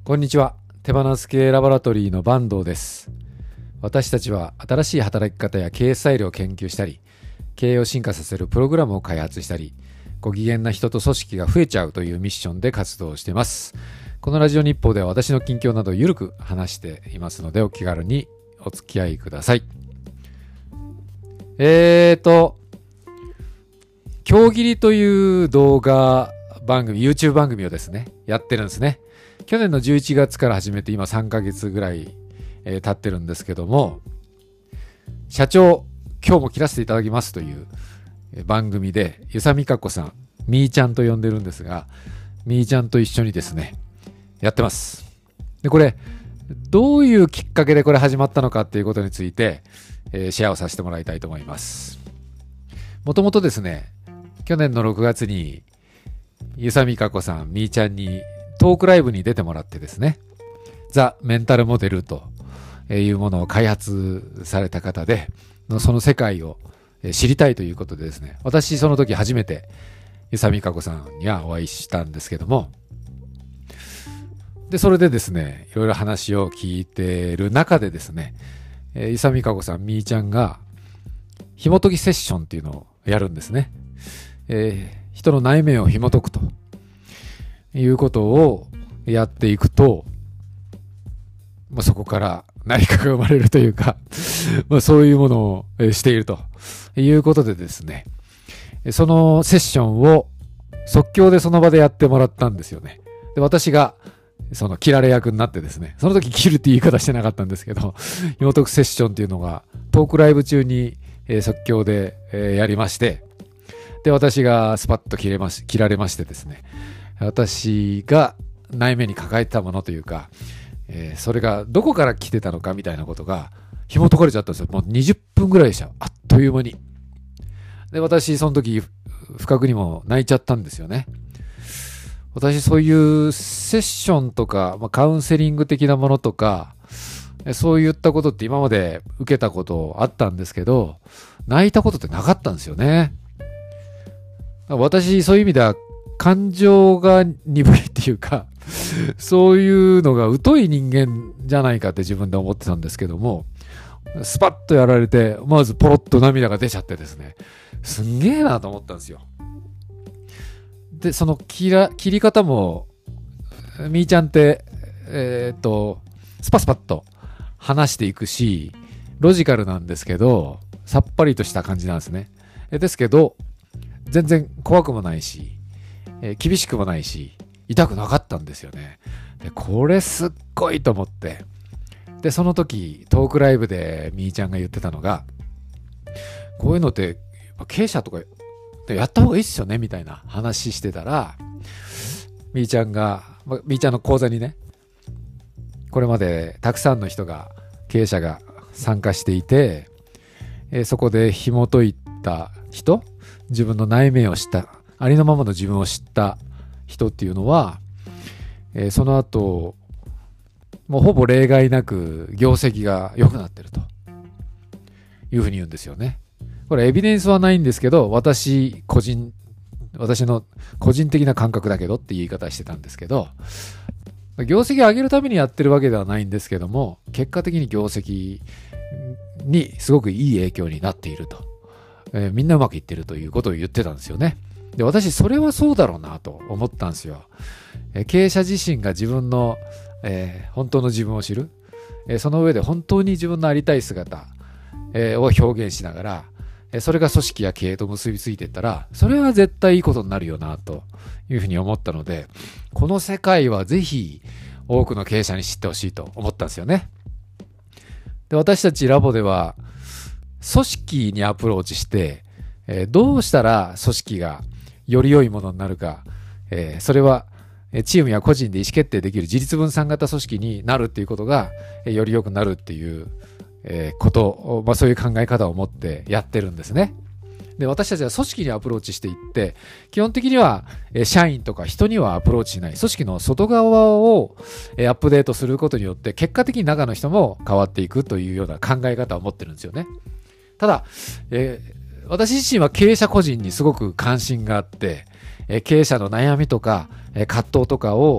こんにちは。手放す系ラボラトリーの坂東です。私たちは新しい働き方や経営スタイルを研究したり、経営を進化させるプログラムを開発したり、ご機嫌な人と組織が増えちゃうというミッションで活動しています。このラジオ日報では私の近況などをゆるく話していますので、お気軽にお付き合いください。今日切りという動画番組、YouTube 番組をですね、やってるんですね。去年の11月から始めて今3ヶ月ぐらい、経ってるんですけども、社長、今日も切らせていただきますという番組で、遊佐美香子さん、みーちゃんと呼んでるんですが、みーちゃんと一緒にですね、やってます。で、これ、どういうきっかけでこれ始まったのかっていうことについて、シェアをさせてもらいたいと思います。もともとですね、去年の6月に、遊佐美香子さん、みーちゃんにトークライブに出てもらってですね、ザ・メンタルモデルというものを開発された方で、その世界を知りたいということでですね、私その時初めて遊佐美香子さんにはお会いしたんですけども、で、それでですね、いろいろ話を聞いている中でですね、遊佐美香子さん、みーちゃんが紐解きセッションっていうのをやるんですね。人の内面を紐解くということをやっていくと、そこから何かが生まれるというかそういうものをしているということでですね、そのセッションを即興でその場でやってもらったんですよね。で、私がその切られ役になってですね、その時切るって言い方してなかったんですけど、紐解くセッションっていうのがトークライブ中に即興でやりまして、で、私がスパッと切られましてですね、私が内面に抱えてたものというか、それがどこから来てたのかみたいなことが紐解かれちゃったんですよ。もう20分ぐらいでした。あっという間に。で、私その時不覚にも泣いちゃったんですよね。私そういうセッションとか、カウンセリング的なものとか、そういったことって今まで受けたことあったんですけど、泣いたことってなかったんですよね。私そういう意味では感情が鈍いっていうか、そういうのが疎い人間じゃないかって自分で思ってたんですけども、スパッとやられて、まずポロッと涙が出ちゃってですね、すんげえなと思ったんですよ。で、その切り方も、みーちゃんって、スパスパッと話していくし、ロジカルなんですけど、さっぱりとした感じなんですね。ですけど、全然怖くもないし、厳しくもないし、痛くなかったんですよね。で、これすっごいと思って。で、その時、トークライブでみーちゃんが言ってたのが、こういうのって、経営者とかやった方がいいっすよねみたいな話してたら、みーちゃんの講座にね、これまでたくさんの人が、経営者が参加していて、そこで紐解いた人、自分の内面を知った、ありのままの自分を知った人っていうのは、その後、もうほぼ例外なく業績が良くなってるというふうに言うんですよね。これエビデンスはないんですけど、私の個人的な感覚だけどって言い方してたんですけど、業績を上げるためにやってるわけではないんですけども、結果的に業績にすごくいい影響になっていると。みんなうまくいってるということを言ってたんですよね。で、私それはそうだろうなと思ったんですよ。経営者自身が自分の、本当の自分を知る、その上で本当に自分のありたい姿、を表現しながら、それが組織や経営と結びついていったら、それは絶対いいことになるよなというふうに思ったので、この世界はぜひ多くの経営者に知ってほしいと思ったんですよね。で、私たちラボでは組織にアプローチして、どうしたら組織がより良いものになるか、それはチームや個人で意思決定できる自立分散型組織になるっていうことが、より良くなるっていうことを、そういう考え方を持ってやってるんですね。で、私たちは組織にアプローチしていって、基本的には社員とか人にはアプローチしない。組織の外側をアップデートすることによって、結果的に中の人も変わっていくというような考え方を持ってるんですよね。ただ、私自身は経営者個人にすごく関心があって、経営者の悩みとか、葛藤とかを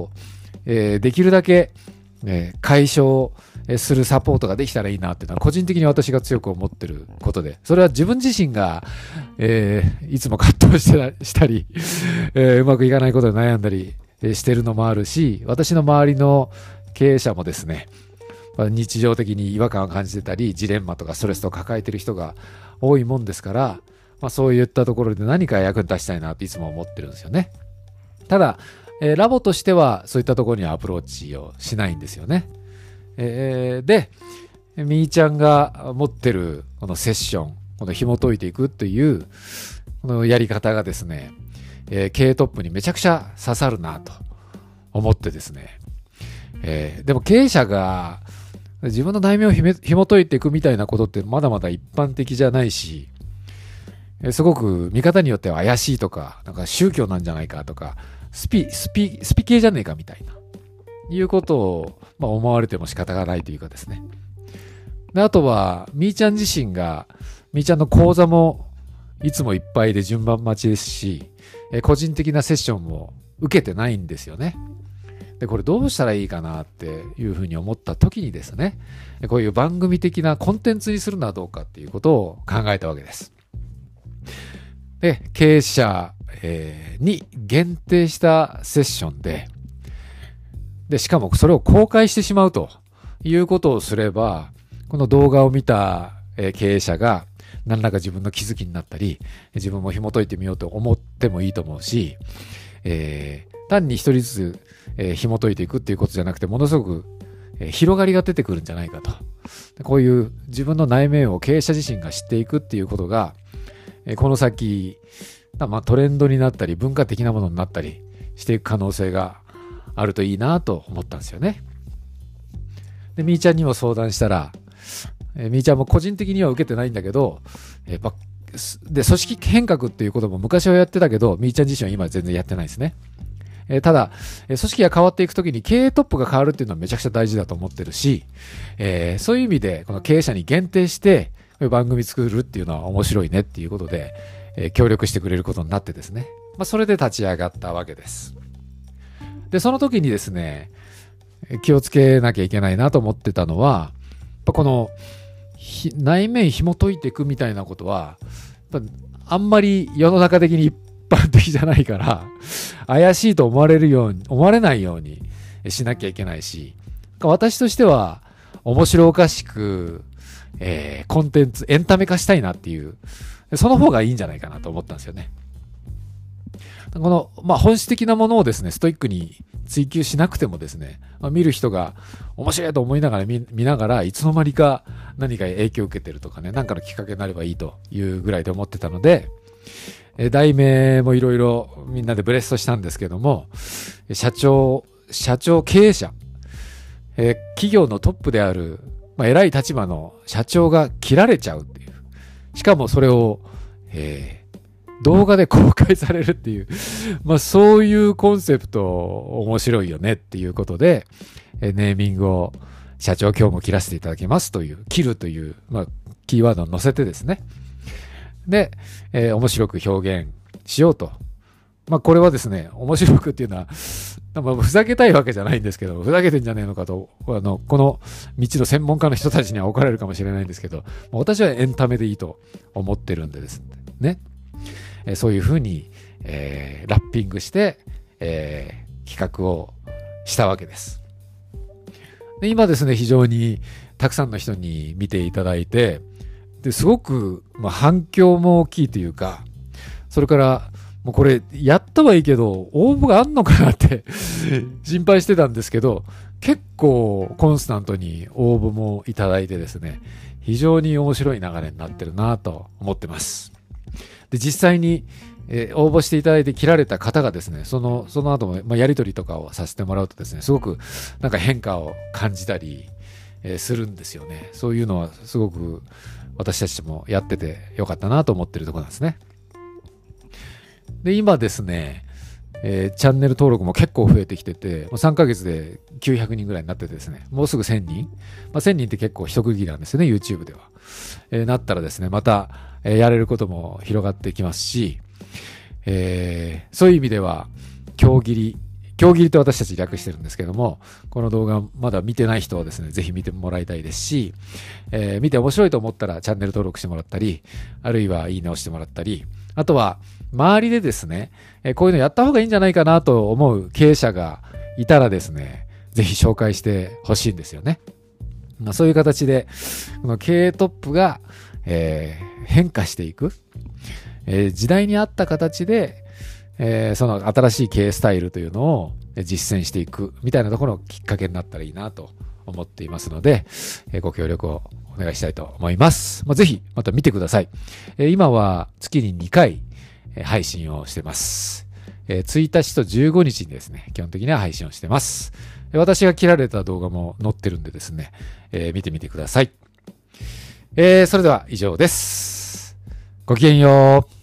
できるだけ、解消するサポートができたらいいなっていうのは個人的に私が強く思ってることで、それは自分自身が、いつも葛藤したり、うまくいかないことで悩んだりしてるのもあるし、私の周りの経営者もですね、日常的に違和感を感じてたり、ジレンマとかストレスを抱えてる人が多いもんですから、そういったところで何か役に立ちたいなっていつも思ってるんですよね。ただ、ラボとしてはそういったところにはアプローチをしないんですよね。で、みーちゃんが持ってるこのセッション、この紐解いていくっていうこのやり方がですね、経営トップにめちゃくちゃ刺さるなと思ってですね、でも経営者が自分の内面を紐解いていくみたいなことってまだまだ一般的じゃないし、すごく見方によっては怪しいとか、なんか宗教なんじゃないかとか、スピ系じゃねえかみたいな、いうことを、思われても仕方がないというかですね。で、あとは、みーちゃん自身が、みーちゃんの講座もいつもいっぱいで順番待ちですし、個人的なセッションも受けてないんですよね。で、これどうしたらいいかなっていうふうに思った時にですね、こういう番組的なコンテンツにするのはどうかっていうことを考えたわけです。で、経営者、に限定したセッションで、しかもそれを公開してしまうということをすれば、この動画を見た、経営者が何らか自分の気づきになったり、自分も紐解いてみようと思ってもいいと思うし、単に一人ずつ、紐解いていくっていうことじゃなくて、ものすごく、広がりが出てくるんじゃないかと。こういう自分の内面を経営者自身が知っていくっていうことが、この先、トレンドになったり文化的なものになったりしていく可能性があるといいなと思ったんですよね。で、みーちゃんにも相談したら、みーちゃんも個人的には受けてないんだけど、で、組織変革っていうことも昔はやってたけど、みーちゃん自身は今全然やってないですね。ただ、組織が変わっていくときに経営トップが変わるっていうのはめちゃくちゃ大事だと思ってるし、そういう意味でこの経営者に限定して、こういう番組作るっていうのは面白いねっていうことで、協力してくれることになってですね。それで立ち上がったわけです。で、その時にですね、気をつけなきゃいけないなと思ってたのは、この内面紐解いていくみたいなことは、あんまり世の中的に一般的じゃないから、怪しいと思われないようにしなきゃいけないし、私としては面白おかしく、コンテンツ、エンタメ化したいなっていう、その方がいいんじゃないかなと思ったんですよね。この、本質的なものをですね、ストイックに追求しなくてもですね、見る人が面白いと思いながら見ながら、いつの間にか何か影響を受けてるとかね、何かのきっかけになればいいというぐらいで思ってたので、題名もいろいろみんなでブレストしたんですけども、社長経営者、企業のトップである、偉い立場の社長が切られちゃうっていう。しかもそれを、動画で公開されるっていう、そういうコンセプト面白いよねっていうことで、ネーミングを社長今日も切らせていただきますという、切るという、キーワードを載せてですね。で、面白く表現しようと。これはですね、面白くっていうのは、ふざけたいわけじゃないんですけど、ふざけてんじゃねえのかと、この道の専門家の人たちには怒られるかもしれないんですけど、私はエンタメでいいと思ってるんでですね。そういうふうに、ラッピングして、企画をしたわけです。で、今ですね、非常にたくさんの人に見ていただいて、ですごく、反響も大きいというか、それからもうこれやったはいいけど応募があんのかなって心配してたんですけど、結構コンスタントに応募もいただいてですね、非常に面白い流れになってるなと思ってます。で、実際に、応募していただいて切られた方がですね、その後も、やり取りとかをさせてもらうとですね、すごくなんか変化を感じたり、するんですよね。そういうのはすごく私たちもやっててよかったなと思ってるところなんですね。で、今ですね、チャンネル登録も結構増えてきてて、もう3ヶ月で900人ぐらいになっててですね、もうすぐ1000人、1000人って結構一区切りなんですよね、YouTube では。なったらですね、また、やれることも広がってきますし、そういう意味では、今日切競技って私たち略してるんですけども、この動画まだ見てない人はですね、ぜひ見てもらいたいですし、見て面白いと思ったらチャンネル登録してもらったり、あるいはいいねをしてもらったり、あとは周りでですね、こういうのやった方がいいんじゃないかなと思う経営者がいたらですね、ぜひ紹介してほしいんですよね。そういう形で、この経営トップが、変化していく、時代に合った形で、その新しい経営スタイルというのを実践していくみたいなところのきっかけになったらいいなと思っていますので、ご協力をお願いしたいと思います。ぜひまた見てください。今は月に2回配信をしてます。1日と15日にですね、基本的には配信をしてます。私が切られた動画も載ってるんでですね、見てみてください。それでは以上です。ごきげんよう。